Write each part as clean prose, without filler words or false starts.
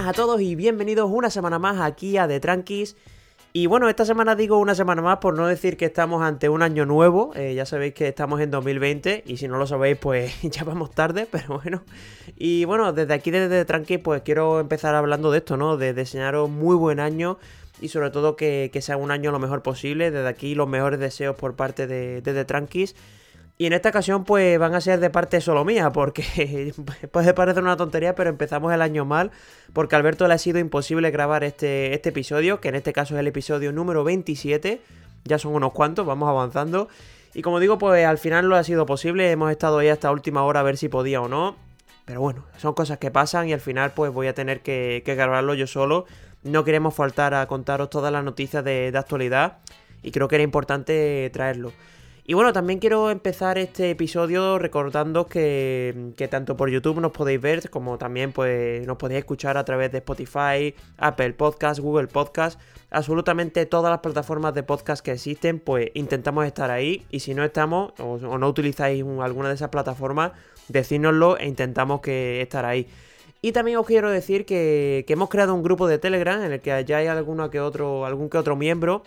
buenas a todos y bienvenidos una semana más aquí a The Tranquis. Y bueno, esta semana digo una semana más por no decir que estamos ante un año nuevo. Ya sabéis que estamos en 2020 y si no lo sabéis pues ya vamos tarde, pero bueno. Y bueno, desde aquí desde The Tranquis pues quiero empezar hablando de esto, ¿no? De desearos muy buen año y sobre todo que sea un año lo mejor posible. Desde aquí los mejores deseos por parte de The Tranquis. Y en esta ocasión pues van a ser de parte solo mía, porque puede parecer una tontería, pero empezamos el año mal, porque a Alberto le ha sido imposible grabar este episodio, que en este caso es el episodio número 27, ya son unos cuantos, vamos avanzando. Y como digo, pues al final lo ha sido posible, hemos estado ahí hasta última hora a ver si podía o no, pero bueno, son cosas que pasan y al final pues voy a tener que grabarlo yo solo. No queremos faltar a contaros todas las noticias de actualidad y creo que era importante traerlo. Y bueno, también quiero empezar este episodio recordando que tanto por YouTube nos podéis ver, como también pues nos podéis escuchar a través de Spotify, Apple Podcast, Google Podcast, absolutamente todas las plataformas de podcast que existen, pues intentamos estar ahí. Y si no estamos o no utilizáis alguna de esas plataformas, decídnoslo e intentamos estar ahí. Y también os quiero decir que hemos creado un grupo de Telegram en el que ya hay algún que otro miembro.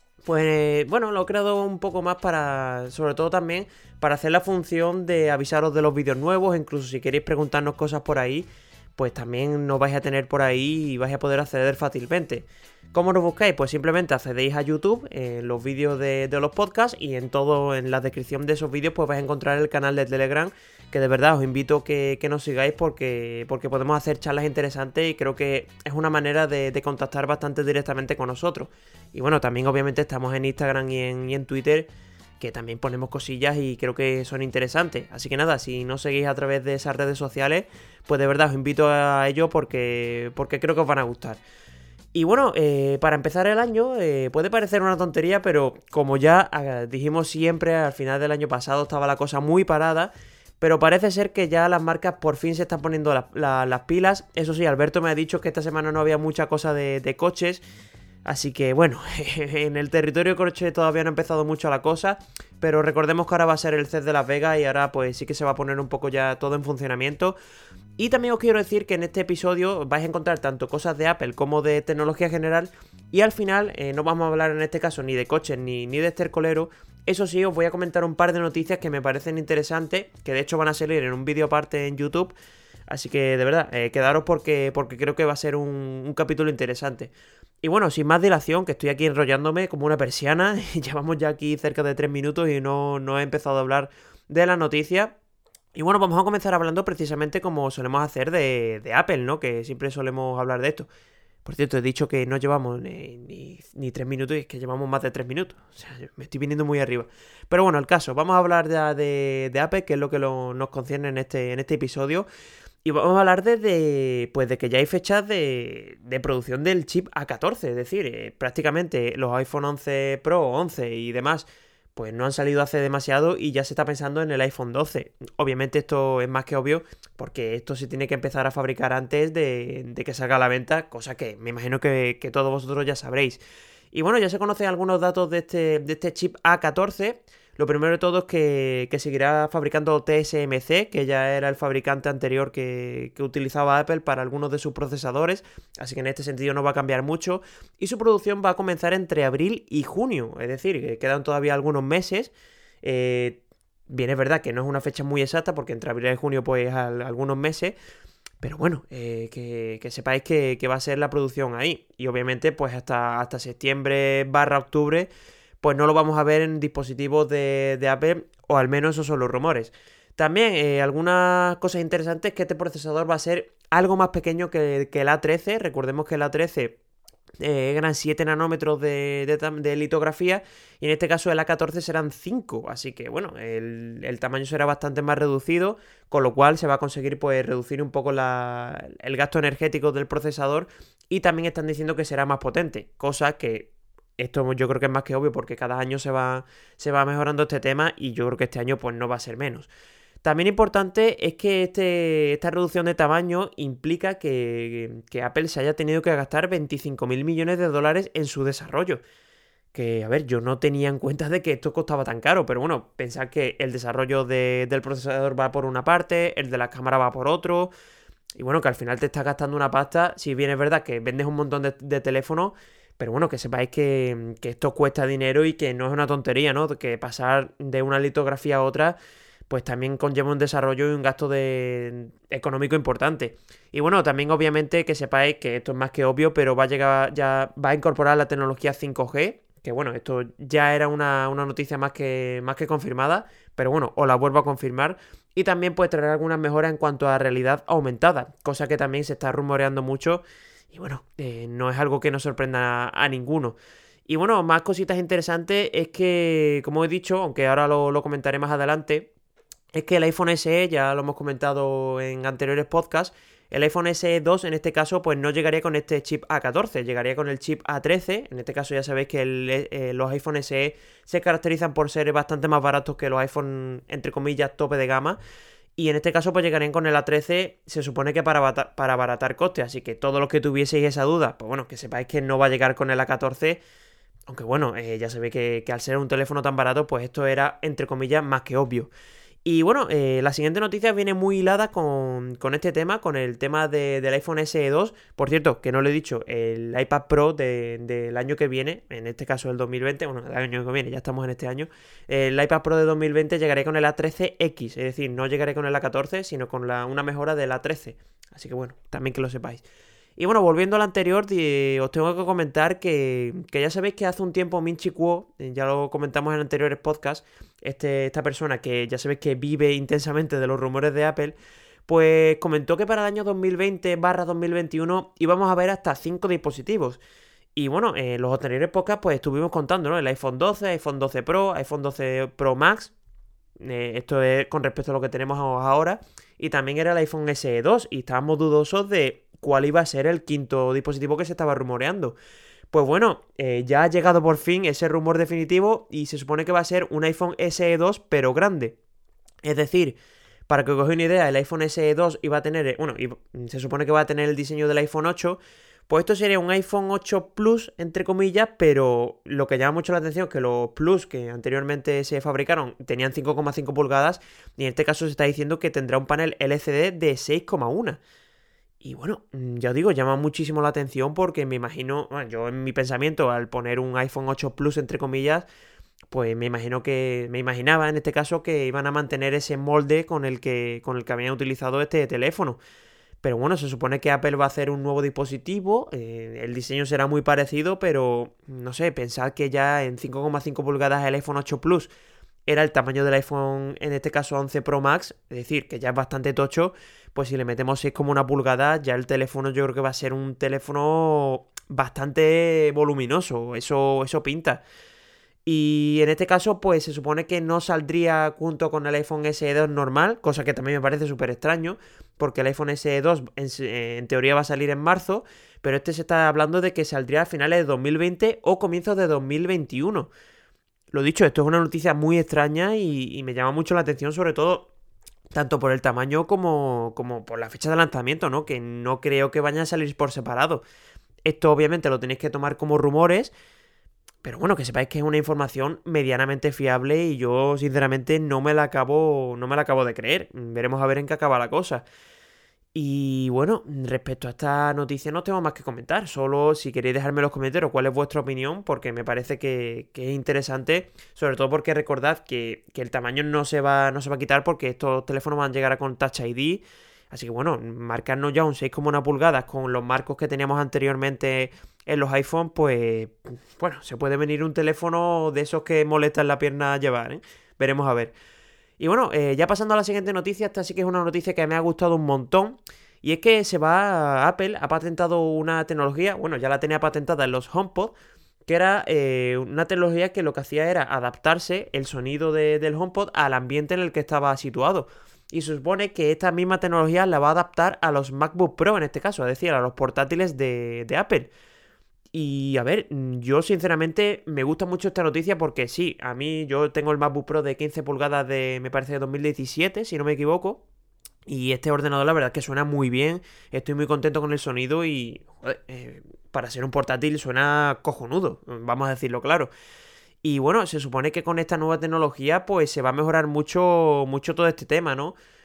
Pues bueno, lo he creado un poco más sobre todo también, para hacer la función de avisaros de los vídeos nuevos, incluso si queréis preguntarnos cosas por ahí, pues también nos vais a tener por ahí y vais a poder acceder fácilmente. ¿Cómo nos buscáis? Pues simplemente accedéis a YouTube, en los vídeos de los podcasts y en la descripción de esos vídeos pues vais a encontrar el canal de Telegram, que de verdad os invito que nos sigáis porque podemos hacer charlas interesantes y creo que es una manera de contactar bastante directamente con nosotros. Y bueno, también obviamente estamos en Instagram y en Twitter, que también ponemos cosillas y creo que son interesantes. Así que nada, si no seguís a través de esas redes sociales, pues de verdad os invito a ello porque creo que os van a gustar. Y bueno, para empezar el año, puede parecer una tontería, pero como ya dijimos siempre, al final del año pasado estaba la cosa muy parada, pero parece ser que ya las marcas por fin se están poniendo las pilas. Eso sí, Alberto me ha dicho que esta semana no había mucha cosa de coches. Así que bueno, en el territorio coche todavía no ha empezado mucho la cosa, pero recordemos que ahora va a ser el CES de Las Vegas y ahora pues sí que se va a poner un poco ya todo en funcionamiento. Y también os quiero decir que en este episodio vais a encontrar tanto cosas de Apple como de tecnología general y al final no vamos a hablar en este caso ni de coches ni de estercolero. Eso sí, os voy a comentar un par de noticias que me parecen interesantes, que de hecho van a salir en un vídeo aparte en YouTube. Así que de verdad, quedaros porque creo que va a ser un capítulo interesante. Y bueno, sin más dilación, que estoy aquí enrollándome como una persiana, llevamos ya aquí cerca de 3 minutos y no he empezado a hablar de la noticia. Y bueno, vamos a comenzar hablando precisamente como solemos hacer de Apple, ¿no? Que siempre solemos hablar de esto. Por cierto, he dicho que no llevamos ni 3 minutos y es que llevamos más de 3 minutos. O sea, me estoy viniendo muy arriba. Pero bueno, el caso, vamos a hablar de Apple, que es lo que nos concierne en este episodio. Y vamos a hablar de que ya hay fechas de producción del chip A14, es decir, prácticamente los iPhone 11 Pro, 11 y demás, pues no han salido hace demasiado y ya se está pensando en el iPhone 12. Obviamente esto es más que obvio, porque esto se tiene que empezar a fabricar antes de que salga a la venta, cosa que me imagino que todos vosotros ya sabréis. Y bueno, ya se conocen algunos datos de este chip A14. Lo primero de todo es que seguirá fabricando TSMC, que ya era el fabricante anterior que utilizaba Apple para algunos de sus procesadores, así que en este sentido no va a cambiar mucho, y su producción va a comenzar entre abril y junio, es decir, que quedan todavía algunos meses. Bien, es verdad que no es una fecha muy exacta, porque entre abril y junio pues algunos meses, pero bueno, que sepáis que va a ser la producción ahí, y obviamente pues hasta septiembre/octubre pues no lo vamos a ver en dispositivos de Apple, o al menos esos son los rumores. También algunas cosas interesantes, que este procesador va a ser algo más pequeño que el A13. Recordemos que el A13 eran 7 nanómetros de litografía y en este caso el A14 serán 5, así que bueno, el tamaño será bastante más reducido, con lo cual se va a conseguir pues reducir un poco el gasto energético del procesador, y también están diciendo que será más potente, cosa que esto yo creo que es más que obvio porque cada año se va mejorando este tema y yo creo que este año pues no va a ser menos. También importante es que esta reducción de tamaño implica que Apple se haya tenido que gastar 25.000 millones de dólares en su desarrollo. Que, a ver, yo no tenía en cuenta de que esto costaba tan caro, pero bueno, pensad que el desarrollo del procesador va por una parte, el de la cámara va por otro. Y bueno, que al final te estás gastando una pasta. Si bien es verdad que vendes un montón de teléfonos, pero bueno, que sepáis que esto cuesta dinero y que no es una tontería, ¿no? Que pasar de una litografía a otra, pues también conlleva un desarrollo y un gasto económico importante. Y bueno, también obviamente que sepáis que esto es más que obvio, pero va a llegar, ya va a incorporar la tecnología 5G, que bueno, esto ya era una noticia más que confirmada, pero bueno, os la vuelvo a confirmar. Y también puede traer algunas mejoras en cuanto a realidad aumentada, cosa que también se está rumoreando mucho. Y bueno, no es algo que nos sorprenda a ninguno. Y bueno, más cositas interesantes es que, como he dicho, aunque ahora lo comentaré más adelante, es que el iPhone SE, ya lo hemos comentado en anteriores podcasts, el iPhone SE 2 en este caso pues no llegaría con este chip A14, llegaría con el chip A13. En este caso ya sabéis que los iPhone SE se caracterizan por ser bastante más baratos que los iPhone, entre comillas, tope de gama. Y en este caso pues llegarían con el A13, se supone que para abaratar costes. Así que todos los que tuvieseis esa duda, pues bueno, que sepáis que no va a llegar con el A14. Aunque bueno, ya sabéis que al ser un teléfono tan barato, pues esto era, entre comillas, más que obvio. Y bueno, la siguiente noticia viene muy hilada con este tema, con el tema del iPhone SE 2. Por cierto, que no lo he dicho, el iPad Pro del año que viene, en este caso el 2020, bueno, el año que viene, ya estamos en este año, el iPad Pro de 2020 llegaré con el A13X, es decir, no llegaré con el A14, sino con una mejora del A13. Así que bueno, también que lo sepáis. Y bueno, volviendo al anterior, os tengo que comentar que ya sabéis que hace un tiempo Min-Chi Kuo, ya lo comentamos en anteriores podcasts, esta persona que ya sabéis que vive intensamente de los rumores de Apple, pues comentó que para el año 2020/2021 íbamos a ver hasta 5 dispositivos. Y bueno, en los anteriores podcasts pues estuvimos contando, ¿no? El iPhone 12, iPhone 12 Pro, iPhone 12 Pro Max. Esto es con respecto a lo que tenemos ahora. Y también era el iPhone SE 2 y estábamos dudosos de cuál iba a ser el quinto dispositivo que se estaba rumoreando. Pues bueno, ya ha llegado por fin ese rumor definitivo y se supone que va a ser un iPhone SE 2 pero grande. Es decir, para que os hagáis una idea, el iPhone SE 2 iba a tener, se supone que va a tener el diseño del iPhone 8. Pues esto sería un iPhone 8 Plus, entre comillas, pero lo que llama mucho la atención es que los Plus que anteriormente se fabricaron tenían 5,5 pulgadas y en este caso se está diciendo que tendrá un panel LCD de 6,1. Y bueno, ya os digo, llama muchísimo la atención porque me imagino, bueno, yo en mi pensamiento al poner un iPhone 8 Plus, entre comillas, pues me imaginaba en este caso que iban a mantener ese molde con el que habían utilizado este teléfono. Pero bueno, se supone que Apple va a hacer un nuevo dispositivo, el diseño será muy parecido, pero no sé, pensad que ya en 5,5 pulgadas el iPhone 8 Plus era el tamaño del iPhone, en este caso 11 Pro Max, es decir, que ya es bastante tocho, pues si le metemos 6,1 pulgadas, ya el teléfono yo creo que va a ser un teléfono bastante voluminoso, eso pinta. Y en este caso, pues se supone que no saldría junto con el iPhone SE 2 normal, cosa que también me parece súper extraño, porque el iPhone SE 2 en teoría va a salir en marzo, pero este se está hablando de que saldría a finales de 2020 o comienzos de 2021. Lo dicho, esto es una noticia muy extraña y me llama mucho la atención, sobre todo tanto por el tamaño como por la fecha de lanzamiento, ¿no? Que no creo que vayan a salir por separado. Esto obviamente lo tenéis que tomar como rumores, pero bueno, que sepáis que es una información medianamente fiable y yo sinceramente no me la acabo de creer. Veremos a ver en qué acaba la cosa. Y bueno, respecto a esta noticia no tengo más que comentar. Solo si queréis dejarme en los comentarios cuál es vuestra opinión, porque me parece que es interesante. Sobre todo porque recordad que el tamaño no se va a quitar porque estos teléfonos van a llegar con Touch ID. Así que bueno, marcarnos ya un 6,1 pulgadas con los marcos que teníamos anteriormente en los iPhone, pues bueno, se puede venir un teléfono de esos que molestan la pierna a llevar, ¿eh? Veremos a ver. Y bueno, ya pasando a la siguiente noticia, esta sí que es una noticia que me ha gustado un montón. Y es que Apple ha patentado una tecnología, bueno, ya la tenía patentada en los HomePod, que era una tecnología que lo que hacía era adaptarse el sonido del HomePod al ambiente en el que estaba situado. Y se supone que esta misma tecnología la va a adaptar a los MacBook Pro en este caso, es decir, a los portátiles de Apple. Y a ver, yo sinceramente me gusta mucho esta noticia porque sí, a mí yo tengo el MacBook Pro de 15 pulgadas me parece de 2017, si no me equivoco. Y este ordenador la verdad es que suena muy bien, estoy muy contento con el sonido y joder, para ser un portátil suena cojonudo, vamos a decirlo claro. Y bueno, se supone que con esta nueva tecnología pues se va a mejorar mucho, mucho todo este tema, ¿no?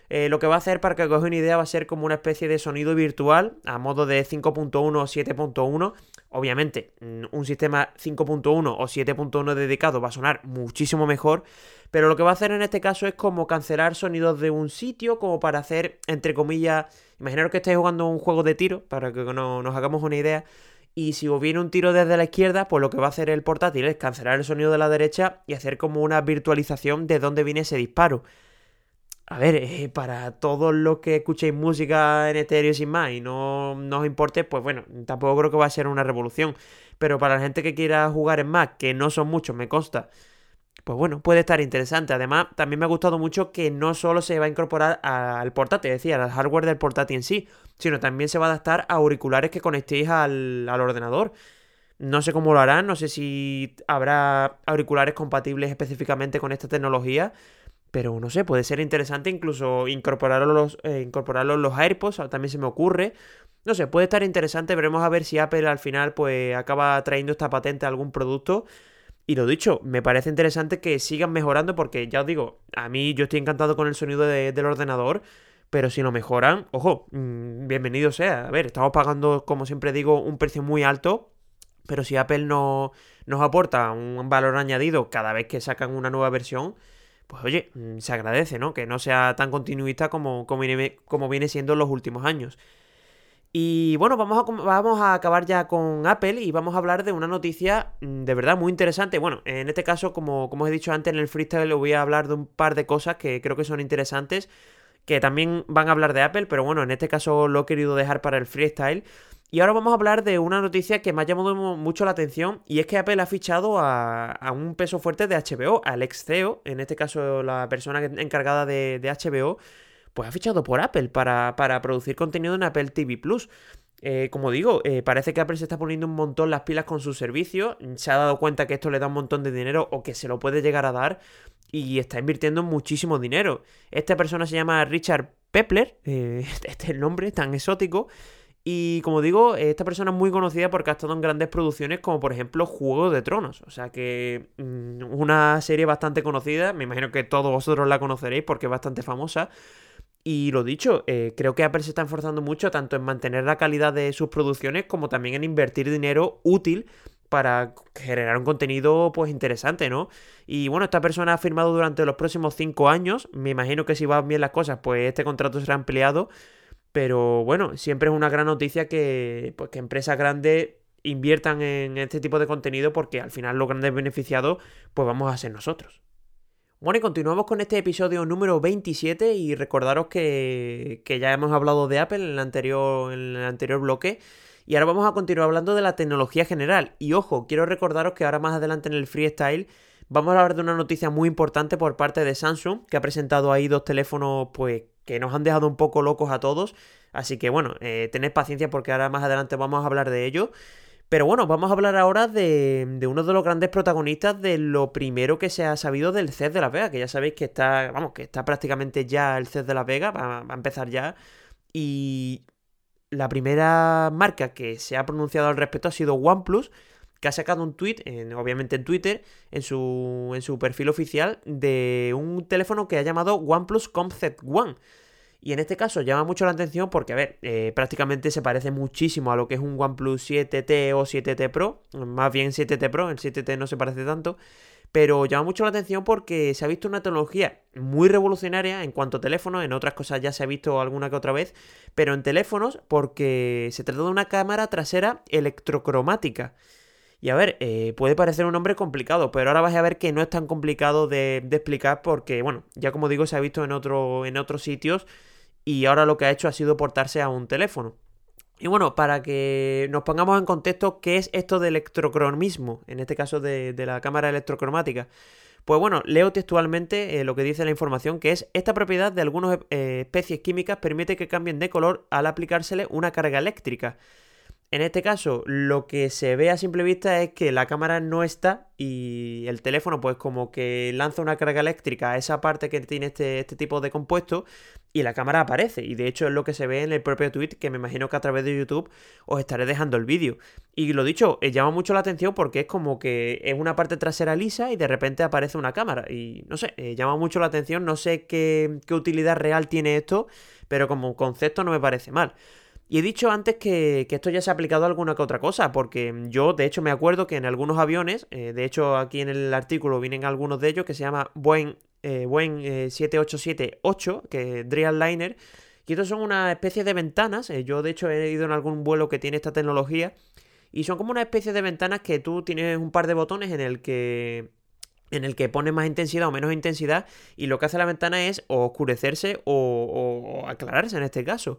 Lo que va a hacer, para que os hagáis una idea, va a ser como una especie de sonido virtual a modo de 5.1 o 7.1. Obviamente, un sistema 5.1 o 7.1 dedicado va a sonar muchísimo mejor, pero lo que va a hacer en este caso es como cancelar sonidos de un sitio, como para hacer, entre comillas, imaginaros que estáis jugando un juego de tiro, para que nos hagamos una idea, y si os viene un tiro desde la izquierda, pues lo que va a hacer el portátil es cancelar el sonido de la derecha y hacer como una virtualización de dónde viene ese disparo. A ver, para todos los que escuchéis música en estéreo sin más y no os importe, pues bueno, tampoco creo que va a ser una revolución. Pero para la gente que quiera jugar en Mac, que no son muchos, me consta, pues bueno, puede estar interesante. Además, también me ha gustado mucho que no solo se va a incorporar al portátil, es decir, al hardware del portátil en sí, sino también se va a adaptar a auriculares que conectéis al ordenador. No sé cómo lo harán, no sé si habrá auriculares compatibles específicamente con esta tecnología, pero no sé, puede ser interesante incluso incorporarlo en los AirPods, también se me ocurre. No sé, puede estar interesante, veremos a ver si Apple al final pues acaba trayendo esta patente a algún producto. Y lo dicho, me parece interesante que sigan mejorando porque ya os digo, a mí yo estoy encantado con el sonido del ordenador, pero si lo mejoran, ojo, bienvenido sea. A ver, estamos pagando, como siempre digo, un precio muy alto, pero si Apple nos aporta un valor añadido cada vez que sacan una nueva versión, pues oye, se agradece, ¿no? Que no sea tan continuista como viene siendo en los últimos años. Y bueno, vamos a acabar ya con Apple y vamos a hablar de una noticia de verdad muy interesante. Bueno, en este caso, como os he dicho antes, en el freestyle os voy a hablar de un par de cosas que creo que son interesantes, que también van a hablar de Apple, pero bueno, en este caso lo he querido dejar para el freestyle. Y ahora vamos a hablar de una noticia que me ha llamado mucho la atención, y es que Apple ha fichado a un peso fuerte de HBO, al ex CEO, en este caso la persona encargada de HBO, pues ha fichado por Apple para producir contenido en Apple TV Plus. Como digo, parece que Apple se está poniendo un montón las pilas con sus servicios, se ha dado cuenta que esto le da un montón de dinero o que se lo puede llegar a dar y está invirtiendo muchísimo dinero. Esta persona se llama Richard Pepler, este es el nombre tan exótico. Y como digo, esta persona es muy conocida porque ha estado en grandes producciones como por ejemplo Juego de Tronos. O sea que una serie bastante conocida, me imagino que todos vosotros la conoceréis porque es bastante famosa. Y lo dicho, creo que Apple se está esforzando mucho tanto en mantener la calidad de sus producciones como también en invertir dinero útil para generar un contenido pues interesante, ¿no? Y bueno, esta persona ha firmado durante los próximos 5 años. Me imagino que si van bien las cosas, pues este contrato será ampliado. Pero bueno, siempre es una gran noticia pues, que empresas grandes inviertan en este tipo de contenido porque al final los grandes beneficiados pues vamos a ser nosotros. Bueno, y continuamos con este episodio número 27 y recordaros que ya hemos hablado de Apple en el anterior bloque y ahora vamos a continuar hablando de la tecnología general. Y ojo, quiero recordaros que ahora más adelante en el freestyle vamos a hablar de una noticia muy importante por parte de Samsung, que ha presentado ahí dos teléfonos pues que nos han dejado un poco locos a todos. Así que bueno, tened paciencia porque ahora más adelante vamos a hablar de ello. Pero bueno, vamos a hablar ahora de uno de los grandes protagonistas de lo primero que se ha sabido del CES de Las Vegas, que ya sabéis que está prácticamente ya el CES de Las Vegas, va a empezar ya. Y la primera marca que se ha pronunciado al respecto ha sido OnePlus, que ha sacado un tweet, obviamente en Twitter, en su perfil oficial, de un teléfono que ha llamado OnePlus Concept One. Y en este caso llama mucho la atención porque, a ver, prácticamente se parece muchísimo a lo que es un OnePlus 7T o 7T Pro, más bien 7T Pro, el 7T no se parece tanto, pero llama mucho la atención porque se ha visto una tecnología muy revolucionaria en cuanto a teléfonos, en otras cosas ya se ha visto alguna que otra vez, pero en teléfonos porque se trata de una cámara trasera electrocromática. Y a ver, puede parecer un nombre complicado, pero ahora vais a ver que no es tan complicado de explicar porque, bueno, ya como digo, se ha visto en otros sitios y ahora lo que ha hecho ha sido portarse a un teléfono. Y bueno, para que nos pongamos en contexto, ¿qué es esto de electrocromismo? En este caso de la cámara electrocromática. Pues bueno, leo textualmente lo que dice la información, que es: esta propiedad de algunas especies químicas permite que cambien de color al aplicársele una carga eléctrica. En este caso, lo que se ve a simple vista es que la cámara no está y el teléfono pues como que lanza una carga eléctrica a esa parte que tiene este tipo de compuesto y la cámara aparece. Y de hecho es lo que se ve en el propio tweet, que me imagino que a través de YouTube os estaré dejando el vídeo. Y lo dicho, llama mucho la atención porque es como que es una parte trasera lisa y de repente aparece una cámara. Y no sé, llama mucho la atención. No sé qué utilidad real tiene esto, pero como concepto no me parece mal. Y he dicho antes que esto ya se ha aplicado a alguna que otra cosa, porque yo de hecho me acuerdo que en algunos aviones, de hecho aquí en el artículo vienen algunos de ellos, que se llama Boeing 787-8, que es Dreamliner, y estos son una especie de ventanas. Yo de hecho he ido en algún vuelo que tiene esta tecnología, y son como una especie de ventanas que tú tienes un par de botones en el que pones más intensidad o menos intensidad, y lo que hace la ventana es o oscurecerse o aclararse en este caso.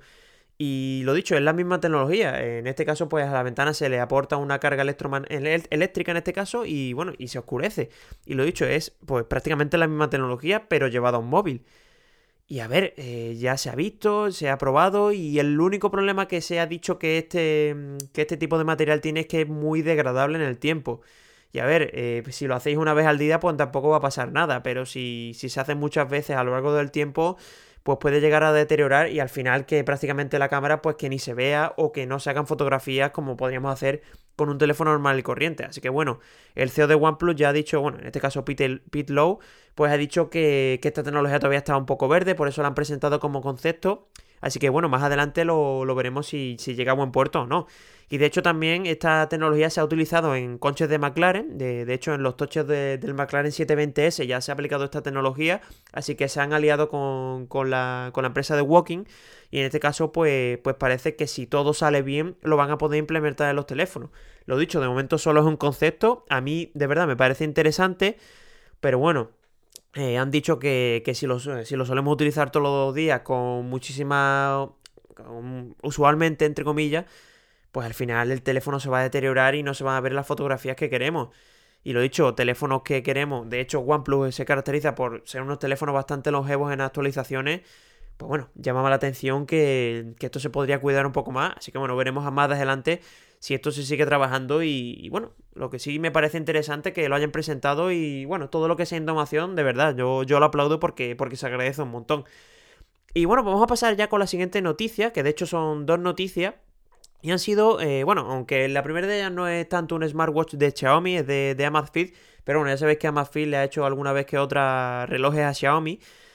Y lo dicho, es la misma tecnología. En este caso, pues a la ventana se le aporta una carga eléctrica en este caso y bueno, y se oscurece. Y lo dicho, es pues prácticamente la misma tecnología, pero llevada a un móvil. Y a ver, ya se ha visto, se ha probado y el único problema que se ha dicho que este tipo de material tiene es que es muy degradable en el tiempo. Y a ver, si lo hacéis una vez al día, pues tampoco va a pasar nada, pero si se hace muchas veces a lo largo del tiempo, pues puede llegar a deteriorar y al final que prácticamente la cámara pues que ni se vea o que no se hagan fotografías como podríamos hacer con un teléfono normal y corriente. Así que bueno, el CEO de OnePlus ya ha dicho, bueno, en este caso Pete Lowe, pues ha dicho que esta tecnología todavía está un poco verde, por eso la han presentado como concepto. Así que bueno, más adelante lo veremos si llega a buen puerto o no. Y de hecho también esta tecnología se ha utilizado en coches de McLaren. De hecho en los toches del McLaren 720S ya se ha aplicado esta tecnología. Así que se han aliado con la empresa de Walking. Y en este caso pues parece que si todo sale bien lo van a poder implementar en los teléfonos. Lo dicho, de momento solo es un concepto. A mí de verdad me parece interesante. Pero bueno, han dicho que si lo solemos utilizar todos los días con muchísima, usualmente entre comillas, pues al final el teléfono se va a deteriorar y no se van a ver las fotografías que queremos. Y lo dicho, teléfonos que queremos, de hecho OnePlus se caracteriza por ser unos teléfonos bastante longevos en actualizaciones. Pues bueno, llamaba la atención que esto se podría cuidar un poco más. Así que bueno, veremos a más adelante si esto se sigue trabajando. Y bueno, lo que sí me parece interesante que lo hayan presentado. Y bueno, todo lo que sea innovación, de verdad, yo lo aplaudo porque se agradece un montón. Y bueno, vamos a pasar ya con la siguiente noticia, que de hecho son dos noticias. Y han sido, bueno, aunque la primera de ellas no es tanto un smartwatch de Xiaomi, es de Amazfit. Pero bueno, ya sabéis que Amazfit le ha hecho alguna vez que otra relojes a Xiaomi.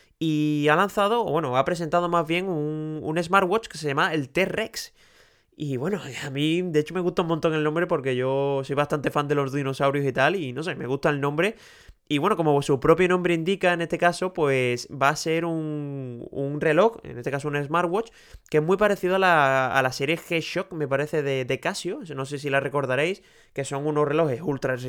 Y ha lanzado, o bueno, ha presentado más bien un smartwatch que se llama el T-Rex. Y bueno, a mí de hecho me gusta un montón el nombre porque yo soy bastante fan de los dinosaurios y tal. Y no sé, me gusta el nombre. Y bueno, como su propio nombre indica en este caso, pues va a ser un reloj, en este caso un smartwatch, que es muy parecido a la serie G-Shock, me parece, de Casio. No sé si la recordaréis, que son unos relojes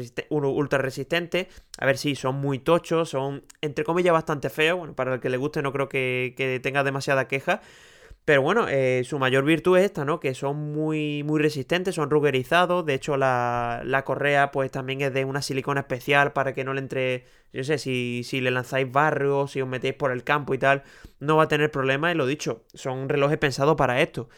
ultra resistentes. A ver si son muy tochos, son entre comillas bastante feos. Bueno, para el que le guste no creo que tenga demasiada queja. Pero bueno, su mayor virtud es esta, ¿no? Que son muy, muy resistentes, son ruggerizados. De hecho, la correa pues también es de una silicona especial para que no le entre... Yo sé, si le lanzáis barro, si os metéis por el campo y tal, no va a tener problema. Y lo dicho, son relojes pensados para esto.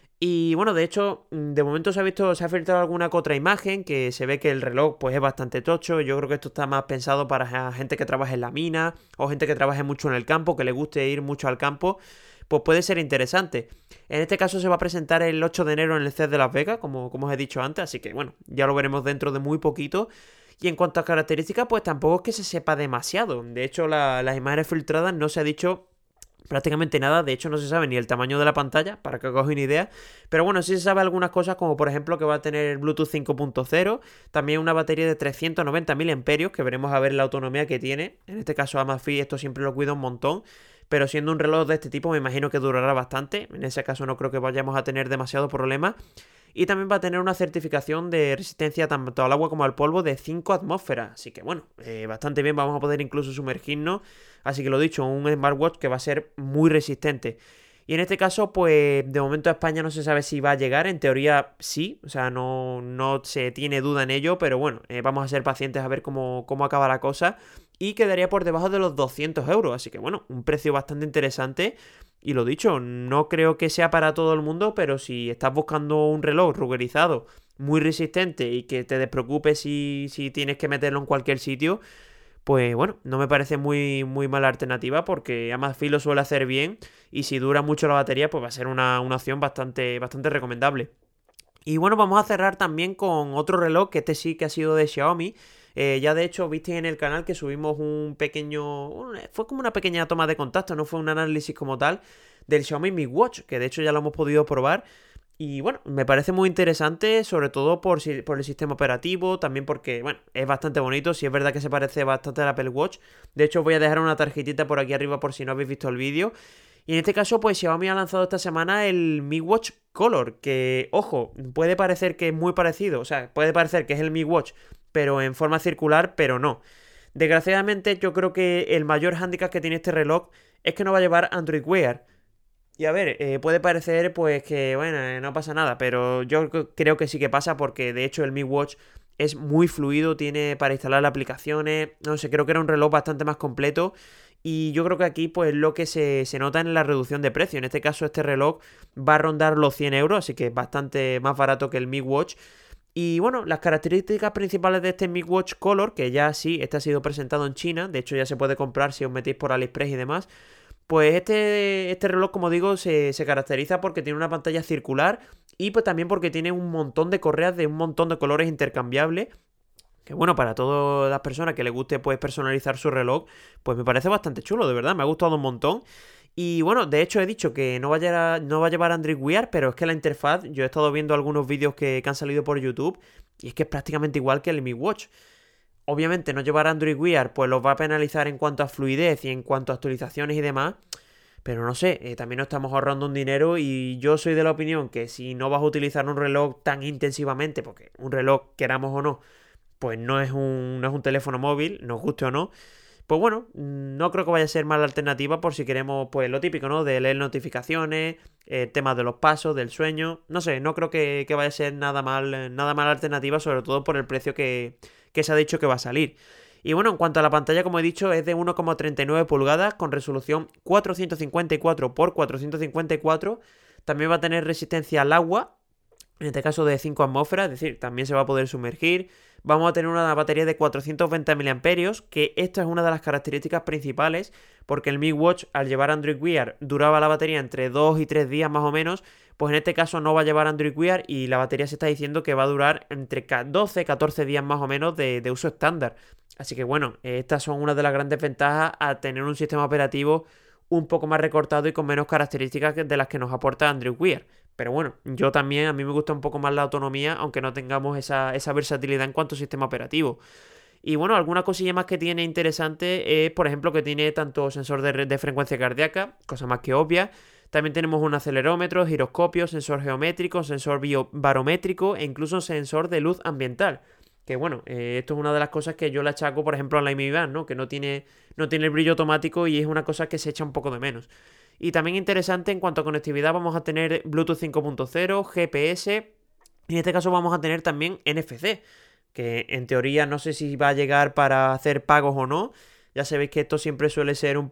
Y bueno, de hecho, de momento se ha filtrado alguna que otra imagen que se ve que el reloj pues es bastante tocho. Yo creo que esto está más pensado para gente que trabaje en la mina o gente que trabaje mucho en el campo, que le guste ir mucho al campo, pues puede ser interesante. En este caso se va a presentar el 8 de enero en el CES de Las Vegas, como os he dicho antes, así que bueno, ya lo veremos dentro de muy poquito. Y en cuanto a características, pues tampoco es que se sepa demasiado. De hecho, las imágenes filtradas no se ha dicho prácticamente nada. De hecho no se sabe ni el tamaño de la pantalla, para que os hagáis una idea. Pero bueno, sí se sabe algunas cosas, como por ejemplo que va a tener el Bluetooth 5.0, también una batería de 390 mAh, que veremos a ver la autonomía que tiene. En este caso Amazfit esto siempre lo cuida un montón, pero siendo un reloj de este tipo me imagino que durará bastante. En ese caso no creo que vayamos a tener demasiado problema. Y también va a tener una certificación de resistencia tanto al agua como al polvo de 5 atmósferas. Así que bueno, bastante bien, vamos a poder incluso sumergirnos. Así que lo dicho, un smartwatch que va a ser muy resistente. Y en este caso, pues de momento a España no se sabe si va a llegar. En teoría sí, o sea, no se tiene duda en ello. Pero bueno, vamos a ser pacientes a ver cómo acaba la cosa. Y quedaría por debajo de los 200 euros. Así que bueno, un precio bastante interesante. Y lo dicho, no creo que sea para todo el mundo, pero si estás buscando un reloj ruggerizado, muy resistente y que te despreocupes si tienes que meterlo en cualquier sitio, pues bueno, no me parece muy, muy mala alternativa porque Amazfit lo suele hacer bien y si dura mucho la batería, pues va a ser una opción bastante, bastante recomendable. Y bueno, vamos a cerrar también con otro reloj, que este sí que ha sido de Xiaomi. Ya de hecho, visteis en el canal que subimos fue como una pequeña toma de contacto, no fue un análisis como tal, del Xiaomi Mi Watch, que de hecho ya lo hemos podido probar. Y bueno, me parece muy interesante, sobre todo por el sistema operativo, también porque, bueno, es bastante bonito, sí es verdad que se parece bastante al Apple Watch. De hecho, os voy a dejar una tarjetita por aquí arriba por si no habéis visto el vídeo. Y en este caso, pues Xiaomi ha lanzado esta semana el Mi Watch Color, que, ojo, puede parecer que es muy parecido, o sea, puede parecer que es el Mi Watch, pero en forma circular, pero no. Desgraciadamente, yo creo que el mayor hándicap que tiene este reloj es que no va a llevar Android Wear. Y a ver, puede parecer pues que, bueno, no pasa nada, pero yo creo que sí que pasa porque de hecho el Mi Watch es muy fluido, tiene para instalar aplicaciones, no sé, creo que era un reloj bastante más completo y yo creo que aquí pues lo que se nota en la reducción de precio. En este caso este reloj va a rondar los 100 euros, así que es bastante más barato que el Mi Watch. Y bueno, las características principales de este Mi Watch Color, que ya sí, este ha sido presentado en China, de hecho ya se puede comprar si os metéis por AliExpress y demás. Pues este reloj, como digo, se caracteriza porque tiene una pantalla circular y pues también porque tiene un montón de correas de un montón de colores intercambiables. Que bueno, para todas las personas que les guste pues personalizar su reloj, pues me parece bastante chulo, de verdad, me ha gustado un montón. Y bueno, de hecho he dicho que no va a llevar Android Wear, pero es que la interfaz, yo he estado viendo algunos vídeos que han salido por YouTube y es que es prácticamente igual que el Mi Watch. Obviamente no llevar Android Wear pues los va a penalizar en cuanto a fluidez y en cuanto a actualizaciones y demás. Pero no sé, también nos estamos ahorrando un dinero y yo soy de la opinión que si no vas a utilizar un reloj tan intensivamente, porque un reloj, queramos o no, pues no es un teléfono móvil, nos guste o no, pues bueno, no creo que vaya a ser mala alternativa por si queremos, pues lo típico, ¿no? De leer notificaciones, temas de los pasos, del sueño, no sé, no creo que vaya a ser nada mala alternativa, sobre todo por el precio que se ha dicho que va a salir. Y bueno, en cuanto a la pantalla, como he dicho, es de 1,39 pulgadas con resolución 454 x 454. También va a tener resistencia al agua, en este caso de 5 atmósferas, es decir, también se va a poder sumergir. Vamos a tener una batería de 420 mAh, que esta es una de las características principales, porque el Mi Watch, al llevar Android Wear, duraba la batería entre 2 y 3 días más o menos, pues en este caso no va a llevar Android Wear y la batería se está diciendo que va a durar entre 12 y 14 días más o menos de uso estándar. Así que bueno, estas son una de las grandes ventajas a tener un sistema operativo un poco más recortado y con menos características de las que nos aporta Android Wear. Pero bueno, yo también, a mí me gusta un poco más la autonomía, aunque no tengamos esa versatilidad en cuanto a sistema operativo. Y bueno, alguna cosilla más que tiene interesante es, por ejemplo, que tiene tanto sensor de frecuencia cardíaca, cosa más que obvia. También tenemos un acelerómetro, giroscopio, sensor geométrico, sensor barométrico e incluso sensor de luz ambiental. Que bueno, esto es una de las cosas que yo le achaco, por ejemplo, a la Mi Band, ¿no? Que no tiene el brillo automático y es una cosa que se echa un poco de menos. Y también interesante en cuanto a conectividad, vamos a tener Bluetooth 5.0, GPS, y en este caso vamos a tener también NFC, que en teoría no sé si va a llegar para hacer pagos o no. Ya sabéis que esto siempre suele ser un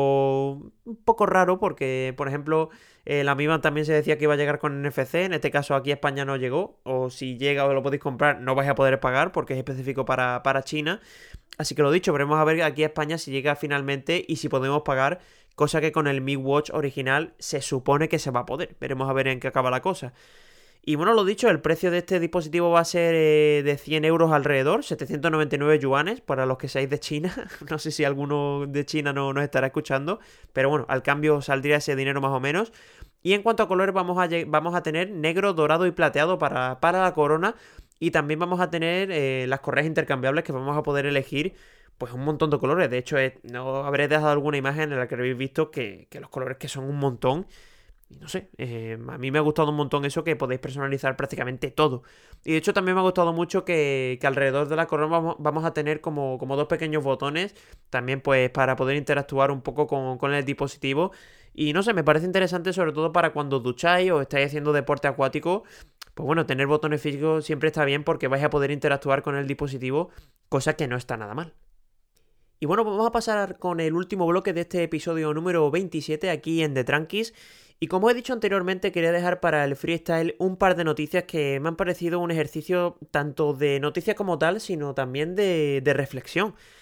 poco raro porque, por ejemplo, la Mi Band también se decía que iba a llegar con NFC, en este caso aquí a España no llegó, o si llega o lo podéis comprar no vais a poder pagar porque es específico para China. Así que lo dicho, veremos a ver aquí a España si llega finalmente y si podemos pagar, cosa que con el Mi Watch original se supone que se va a poder. Veremos a ver en qué acaba la cosa. Y bueno, lo dicho, el precio de este dispositivo va a ser de 100 euros alrededor, 799 yuanes para los que seáis de China. No sé si alguno de China no nos estará escuchando, pero bueno, al cambio saldría ese dinero más o menos. Y en cuanto a colores, vamos a tener negro, dorado y plateado para la corona. Y también vamos a tener las correas intercambiables que vamos a poder elegir pues un montón de colores. De hecho, no habréis dejado alguna imagen en la que habéis visto que los colores que son un montón. Y no sé, a mí me ha gustado un montón eso que podéis personalizar prácticamente todo. Y de hecho también me ha gustado mucho que alrededor de la corona vamos a tener como dos pequeños botones. También pues para poder interactuar un poco con el dispositivo. Y no sé, me parece interesante sobre todo para cuando ducháis o estáis haciendo deporte acuático. Pues bueno, tener botones físicos siempre está bien porque vais a poder interactuar con el dispositivo, cosa que no está nada mal. Y bueno, pues vamos a pasar con el último bloque de este episodio número 27 aquí en The Tranquis. Y como he dicho anteriormente, quería dejar para el freestyle un par de noticias que me han parecido un ejercicio tanto de noticia como tal, sino también de reflexión.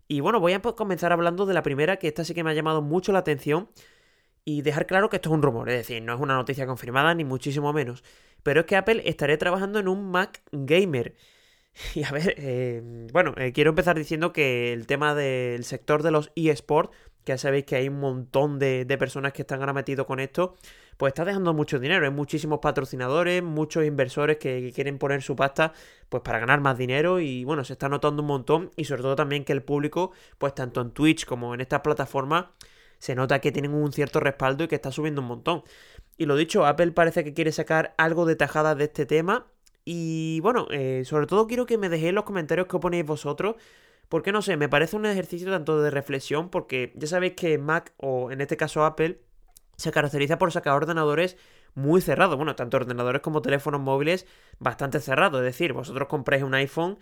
Y bueno, voy a comenzar hablando de la primera, que esta sí que me ha llamado mucho la atención. Y dejar claro que esto es un rumor, es decir, no es una noticia confirmada ni muchísimo menos. Pero es que Apple estaría trabajando en un Mac Gamer. Y a ver, quiero empezar diciendo que el tema del sector de los eSports, que ya sabéis que hay un montón de personas que están ahora metidos con esto, pues está dejando mucho dinero. Hay muchísimos patrocinadores, muchos inversores que quieren poner su pasta pues para ganar más dinero y bueno, se está notando un montón y sobre todo también que el público, pues tanto en Twitch como en estas plataformas, se nota que tienen un cierto respaldo y que está subiendo un montón. Y lo dicho, Apple parece que quiere sacar algo de tajada de este tema. Y bueno, sobre todo quiero que me dejéis en los comentarios qué oponéis vosotros. Porque no sé, me parece un ejercicio tanto de reflexión, porque ya sabéis que Mac, o en este caso Apple, se caracteriza por sacar ordenadores muy cerrados. Bueno, tanto ordenadores como teléfonos móviles bastante cerrados. Es decir, vosotros compráis un iPhone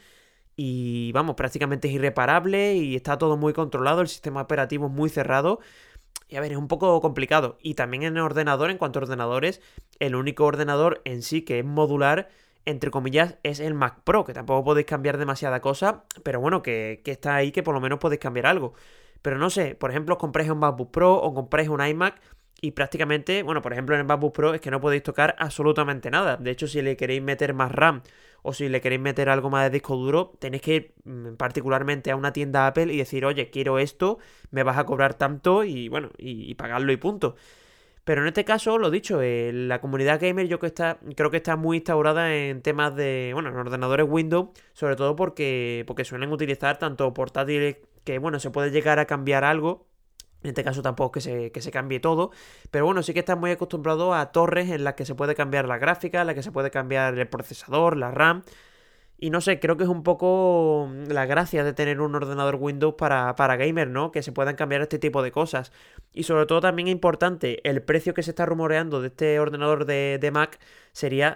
y vamos, prácticamente es irreparable y está todo muy controlado, el sistema operativo es muy cerrado. Y a ver, es un poco complicado. Y también en el ordenador, en cuanto a ordenadores, el único ordenador en sí que es modular, entre comillas, es el Mac Pro, que tampoco podéis cambiar demasiada cosa, pero bueno, que está ahí, que por lo menos podéis cambiar algo. Pero no sé, por ejemplo, os compráis un MacBook Pro o compráis un iMac y prácticamente, bueno, por ejemplo en el MacBook Pro es que no podéis tocar absolutamente nada. De hecho, si le queréis meter más RAM o si le queréis meter algo más de disco duro, tenéis que ir particularmente a una tienda Apple y decir, oye, quiero esto, me vas a cobrar tanto y bueno, y pagarlo y punto. Pero en este caso, lo dicho, la comunidad gamer creo que está muy instaurada en temas de, bueno, en ordenadores Windows, sobre todo porque suelen utilizar tanto portátiles que, bueno, se puede llegar a cambiar algo. En este caso tampoco que se cambie todo, pero bueno, sí que están muy acostumbrados a torres en las que se puede cambiar la gráfica, en las que se puede cambiar el procesador, la RAM. Y no sé, creo que es un poco la gracia de tener un ordenador Windows para gamer, ¿no? Que se puedan cambiar este tipo de cosas. Y sobre todo también es importante, el precio que se está rumoreando de este ordenador de Mac sería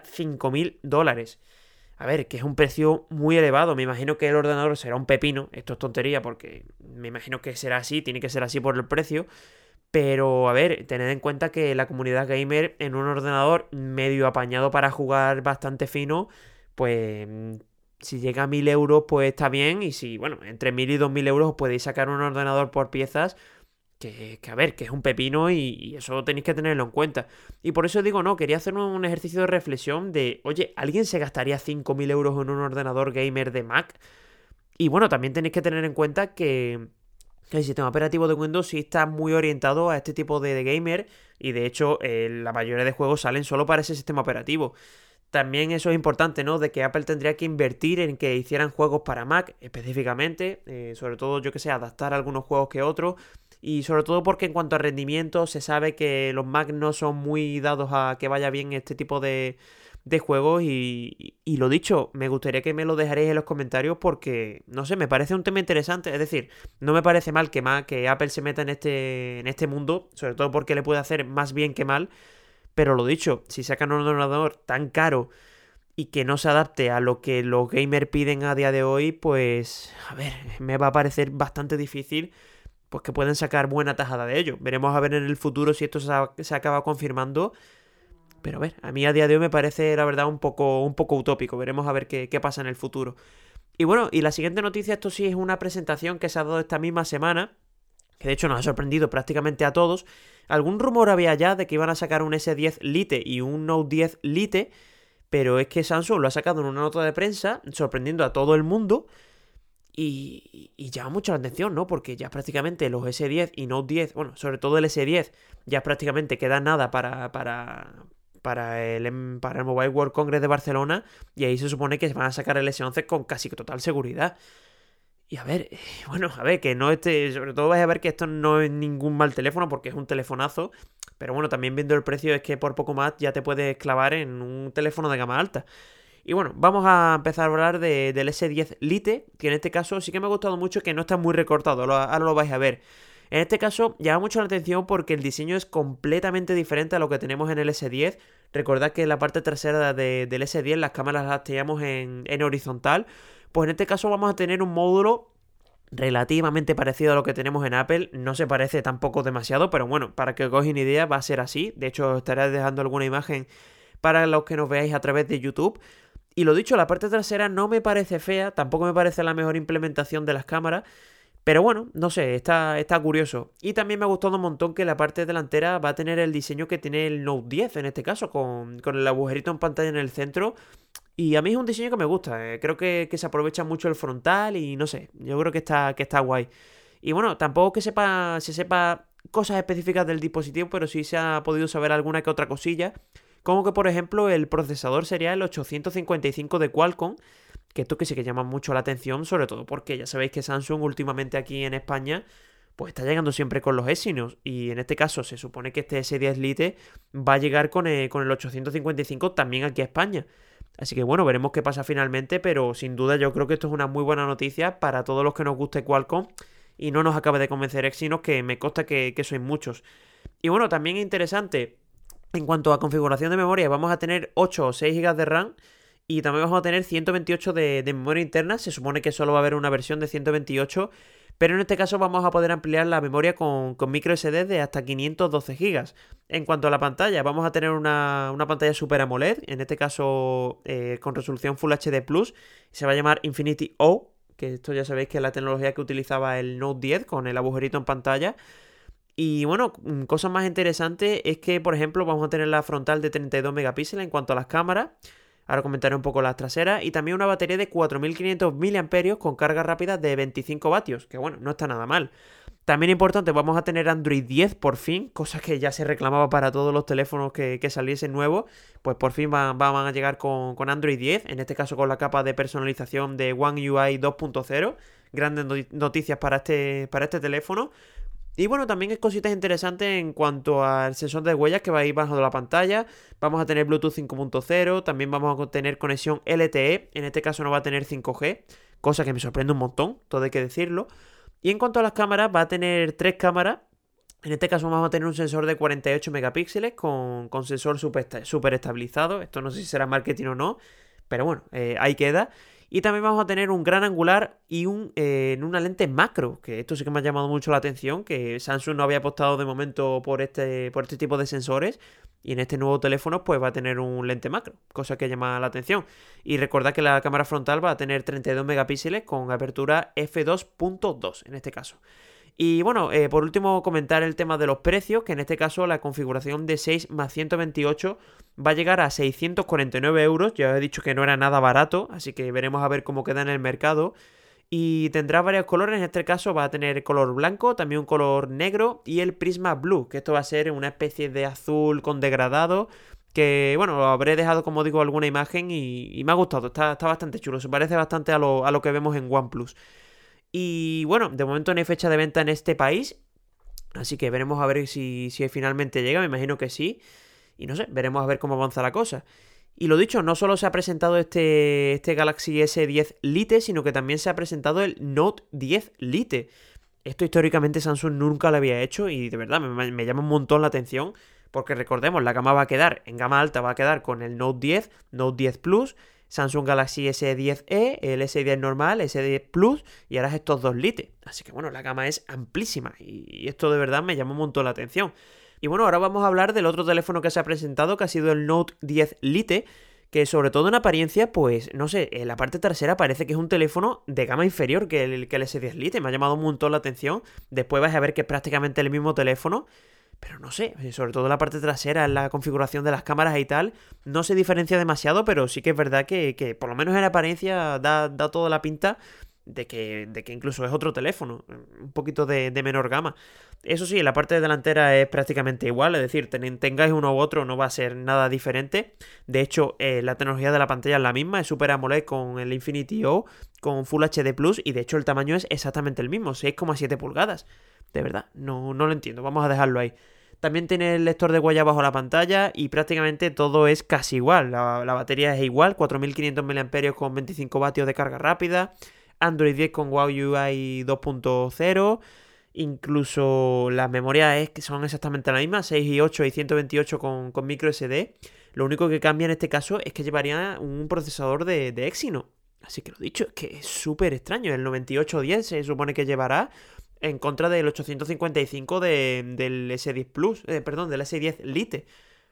$5.000. A ver, que es un precio muy elevado. Me imagino que el ordenador será un pepino. Esto es tontería porque me imagino que será así, tiene que ser así por el precio. Pero a ver, tened en cuenta que la comunidad gamer en un ordenador medio apañado para jugar bastante fino, pues si llega a 1.000 euros, pues está bien. Y si, bueno, entre 1.000 y 2.000 euros os podéis sacar un ordenador por piezas que a ver, que es un pepino y eso tenéis que tenerlo en cuenta. Y por eso digo, no, quería hacer un ejercicio de reflexión de, oye, ¿alguien se gastaría 5.000 euros en un ordenador gamer de Mac? Y bueno, también tenéis que tener en cuenta que el sistema operativo de Windows sí está muy orientado a este tipo de gamer y de hecho la mayoría de juegos salen solo para ese sistema operativo. También eso es importante, ¿no? De que Apple tendría que invertir en que hicieran juegos para Mac específicamente, sobre todo, yo que sé, adaptar algunos juegos que otros. Y sobre todo porque en cuanto a rendimiento se sabe que los Mac no son muy dados a que vaya bien este tipo de juegos y lo dicho, me gustaría que me lo dejaréis en los comentarios porque, no sé, me parece un tema interesante, es decir, no me parece mal que Apple se meta en este mundo, sobre todo porque le puede hacer más bien que mal, pero lo dicho, si sacan un ordenador tan caro y que no se adapte a lo que los gamers piden a día de hoy, pues, a ver, me va a parecer bastante difícil pues que pueden sacar buena tajada de ello. Veremos a ver en el futuro si esto se acaba confirmando. Pero a ver, a mí a día de hoy me parece la verdad un poco utópico. Veremos a ver qué pasa en el futuro. Y bueno, y la siguiente noticia, esto sí es una presentación que se ha dado esta misma semana, que de hecho nos ha sorprendido prácticamente a todos. Algún rumor había ya de que iban a sacar un S10 Lite y un Note 10 Lite, pero es que Samsung lo ha sacado en una nota de prensa, sorprendiendo a todo el mundo. Y llama mucho la atención, ¿no? Porque ya prácticamente los S10 y Note 10, bueno, sobre todo el S10, ya prácticamente queda nada para el Mobile World Congress de Barcelona. Y ahí se supone que van a sacar el S11 con casi total seguridad. Y a ver, bueno, a ver, que no sobre todo vais a ver que esto no es ningún mal teléfono porque es un telefonazo. Pero bueno, también viendo el precio es que por poco más ya te puedes clavar en un teléfono de gama alta. Y bueno, vamos a empezar a hablar del S10 Lite, que en este caso sí que me ha gustado mucho, que no está muy recortado, ahora lo vais a ver. En este caso llama mucho la atención porque el diseño es completamente diferente a lo que tenemos en el S10. Recordad que en la parte trasera del S10 las cámaras las teníamos en horizontal. Pues en este caso vamos a tener un módulo relativamente parecido a lo que tenemos en Apple. No se parece tampoco demasiado, pero bueno, para que os hagáis una idea va a ser así. De hecho os estaré dejando alguna imagen para los que nos veáis a través de YouTube. Y lo dicho, la parte trasera no me parece fea, tampoco me parece la mejor implementación de las cámaras, Pero bueno, no sé, está curioso. Y también me ha gustado un montón que la parte delantera va a tener el diseño que tiene el Note 10 en este caso, con el agujerito en pantalla en el centro. Y a mí es un diseño que me gusta. Creo que se aprovecha mucho el frontal y no sé, yo creo que está guay. Y bueno, tampoco que se sepa cosas específicas del dispositivo, pero sí se ha podido saber alguna que otra cosilla. Como que, por ejemplo, el procesador sería el 855 de Qualcomm, que esto que sí que llama mucho la atención, sobre todo porque ya sabéis que Samsung últimamente aquí en España pues está llegando siempre con los Exynos, y en este caso se supone que este S10 Lite va a llegar con el 855 también aquí a España. Así que bueno, veremos qué pasa finalmente, pero sin duda yo creo que esto es una muy buena noticia para todos los que nos guste Qualcomm y no nos acabe de convencer Exynos, que me consta que sois muchos. Y bueno, también interesante, en cuanto a configuración de memoria, vamos a tener 8 o 6 GB de RAM y también vamos a tener 128 de memoria interna. Se supone que solo va a haber una versión de 128, pero en este caso vamos a poder ampliar la memoria con micro SD de hasta 512 GB. En cuanto a la pantalla, vamos a tener una pantalla Super AMOLED, en este caso con resolución Full HD Plus. Se va a llamar Infinity O, que esto ya sabéis que es la tecnología que utilizaba el Note 10 con el agujerito en pantalla. Y bueno, cosas más interesantes es que, por ejemplo, vamos a tener la frontal de 32 megapíxeles en cuanto a las cámaras. Ahora comentaré un poco las traseras. Y también una batería de 4500 mAh con carga rápida de 25 vatios. Que bueno, no está nada mal. También importante, vamos a tener Android 10 por fin. Cosa que ya se reclamaba para todos los teléfonos que saliesen nuevos. Pues por fin van a llegar con Android 10. En este caso con la capa de personalización de One UI 2.0. Grandes noticias para este teléfono. Y bueno, también hay cositas interesantes en cuanto al sensor de huellas que va a ir bajando la pantalla. Vamos a tener Bluetooth 5.0, también vamos a tener conexión LTE, en este caso no va a tener 5G, cosa que me sorprende un montón, todo hay que decirlo. Y en cuanto a las cámaras, va a tener 3 cámaras. En este caso vamos a tener un sensor de 48 megapíxeles con sensor super estabilizado. Esto no sé si será marketing o no, pero bueno, ahí queda. Y también vamos a tener un gran angular y una lente macro, que esto sí que me ha llamado mucho la atención, que Samsung no había apostado de momento por este tipo de sensores, y en este nuevo teléfono pues va a tener un lente macro, cosa que llama la atención. Y recordad que la cámara frontal va a tener 32 megapíxeles con apertura f2.2 en este caso. Y bueno, por último comentar el tema de los precios, que en este caso la configuración de 6 más 128 va a llegar a 649 euros. Ya he dicho que no era nada barato, así que veremos a ver cómo queda en el mercado. Y tendrá varios colores, en este caso va a tener color blanco, también un color negro y el Prisma Blue, que esto va a ser una especie de azul con degradado, que bueno, lo habré dejado como digo alguna imagen y me ha gustado, está bastante chulo, se parece bastante a lo que vemos en OnePlus. Y bueno, de momento no hay fecha de venta en este país, así que veremos a ver si finalmente llega, me imagino que sí. Y no sé, veremos a ver cómo avanza la cosa. Y lo dicho, no solo se ha presentado este Galaxy S10 Lite, sino que también se ha presentado el Note 10 Lite. Esto históricamente Samsung nunca lo había hecho y de verdad me llama un montón la atención, porque recordemos, la gama va a quedar, en gama alta va a quedar con el Note 10, Note 10 Plus, Samsung Galaxy S10e, el S10 normal, S10 Plus y ahora estos dos Lite. Así que bueno, la gama es amplísima y esto de verdad me llama un montón la atención. Y bueno, ahora vamos a hablar del otro teléfono que se ha presentado, que ha sido el Note 10 Lite, que sobre todo en apariencia, pues no sé, en la parte trasera parece que es un teléfono de gama inferior que el S10 Lite. Me ha llamado un montón la atención. Después vais a ver que es prácticamente el mismo teléfono, pero no sé, sobre todo en la parte trasera, en la configuración de las cámaras y tal, no se diferencia demasiado, pero sí que es verdad que por lo menos en apariencia da toda la pinta de que incluso es otro teléfono, un poquito de menor gama. Eso sí, la parte delantera es prácticamente igual, es decir, tengáis uno u otro no va a ser nada diferente. De hecho, la tecnología de la pantalla es la misma, es Super AMOLED con el Infinity O, con Full HD Plus, y de hecho el tamaño es exactamente el mismo, 6,7 pulgadas. De verdad, no lo entiendo, vamos a dejarlo ahí. También tiene el lector de huella bajo la pantalla y prácticamente todo es casi igual. La batería es igual, 4500 mAh con 25 vatios de carga rápida. Android 10 con One UI 2.0. Incluso las memorias que son exactamente las mismas, 6 y 8 y 128 con micro SD. Lo único que cambia en este caso es que llevaría un procesador de Exynos. Así que lo dicho, es que es súper extraño. El 9810 se supone que llevará en contra del 855 del S10 Plus, perdón, del S10 Lite.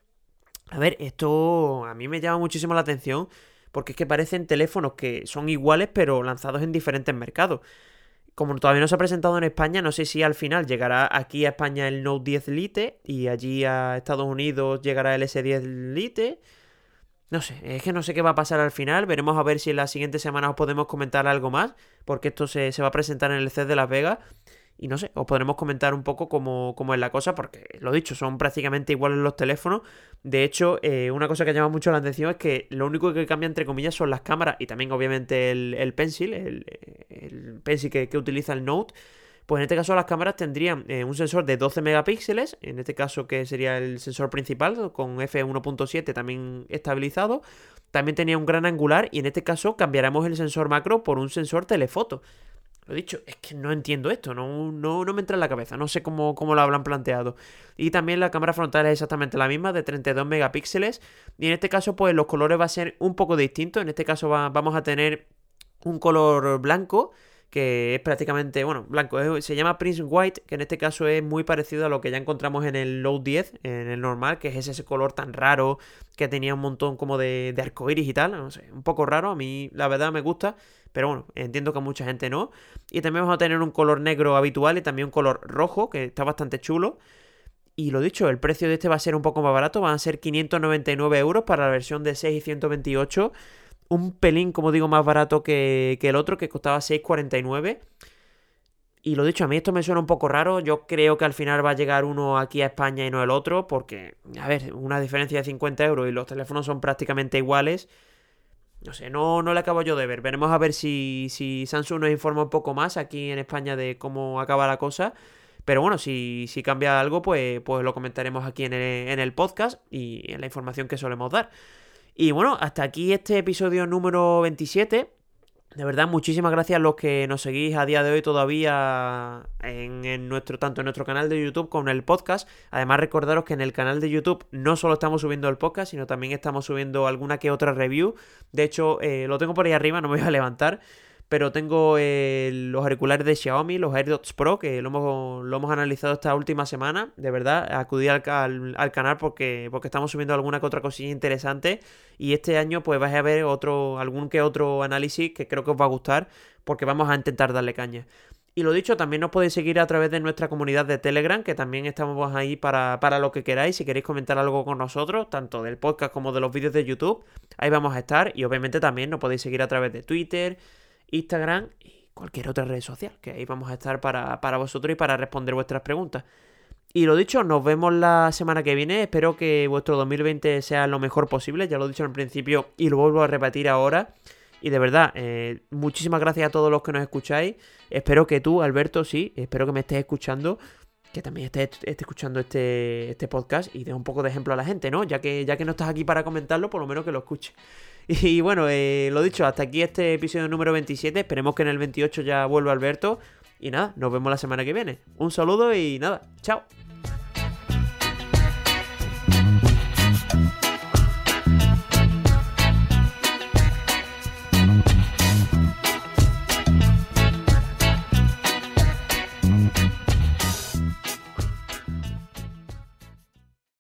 A ver, esto a mí me llama muchísimo la atención porque es que parecen teléfonos que son iguales pero lanzados en diferentes mercados. como todavía no se ha presentado en España, no sé si al final llegará aquí a España el Note 10 Lite y allí a Estados Unidos llegará el S10 Lite. No sé, es que no sé qué va a pasar al final. Veremos a ver si en las siguientes semanas os podemos comentar algo más, porque esto se va a presentar en el CES de Las Vegas. Y no sé, os podremos comentar un poco cómo es la cosa, porque lo dicho, son prácticamente iguales los teléfonos. De hecho, una cosa que llama mucho la atención es que lo único que cambia, entre comillas, son las cámaras y también, obviamente, el Pencil, el Pencil que utiliza el Note. Pues en este caso las cámaras tendrían un sensor de 12 megapíxeles, en este caso que sería el sensor principal, con f1.7 también estabilizado. También tenía un gran angular y en este caso cambiaremos el sensor macro por un sensor telefoto. Lo dicho, es que no entiendo esto, no me entra en la cabeza, no sé cómo lo habrán planteado. Y también la cámara frontal es exactamente la misma, de 32 megapíxeles. Y en este caso, pues los colores va a ser un poco distintos. En este caso vamos a tener un color blanco, que es prácticamente, bueno, blanco, se llama Prince White, que en este caso es muy parecido a lo que ya encontramos en el Note 10, en el normal, que es ese color tan raro, que tenía un montón como de arcoiris y tal, no sé, un poco raro, a mí la verdad me gusta, pero bueno, entiendo que a mucha gente no. Y también vamos a tener un color negro habitual y también un color rojo, que está bastante chulo. Y lo dicho, el precio de este va a ser un poco más barato, van a ser 599 euros para la versión de 6 y 128, un pelín, como digo, más barato que el otro, que costaba 6,49. Y lo dicho, a mí esto me suena un poco raro. Yo creo que al final va a llegar uno aquí a España y no el otro, porque, a ver, una diferencia de 50 euros y los teléfonos son prácticamente iguales. No sé, no le acabo yo de ver. Veremos a ver si Samsung nos informa un poco más aquí en España de cómo acaba la cosa. Pero bueno, si cambia algo, pues lo comentaremos aquí en el podcast y en la información que solemos dar. Y bueno, hasta aquí este episodio número 27. De verdad, muchísimas gracias a los que nos seguís a día de hoy todavía tanto en nuestro canal de YouTube como en el podcast. Además, recordaros que en el canal de YouTube no solo estamos subiendo el podcast, sino también estamos subiendo alguna que otra review. De hecho, lo tengo por ahí arriba, no me voy a levantar. Pero tengo los auriculares de Xiaomi, los AirDots Pro, que lo hemos analizado esta última semana. De verdad, acudí al canal porque estamos subiendo alguna que otra cosilla interesante. Y este año pues vais a ver algún que otro análisis que creo que os va a gustar, porque vamos a intentar darle caña. Y lo dicho, también nos podéis seguir a través de nuestra comunidad de Telegram, que también estamos ahí para lo que queráis. Si queréis comentar algo con nosotros, tanto del podcast como de los vídeos de YouTube, ahí vamos a estar. Y obviamente también nos podéis seguir a través de Twitter, Instagram y cualquier otra red social, que ahí vamos a estar para vosotros y para responder vuestras preguntas. Y lo dicho, nos vemos la semana que viene. Espero que vuestro 2020 sea lo mejor posible. Ya lo he dicho al principio y lo vuelvo a repetir ahora. Y de verdad, muchísimas gracias a todos los que nos escucháis. Espero que tú, Alberto, sí, espero que me estés escuchando, que también estés escuchando este podcast y dé un poco de ejemplo a la gente, ¿no? Ya que no estás aquí para comentarlo, por lo menos que lo escuche. Y bueno, lo dicho, hasta aquí este episodio número 27. Esperemos que en el 28 ya vuelva Alberto. Y nada, nos vemos la semana que viene. Un saludo y nada, chao.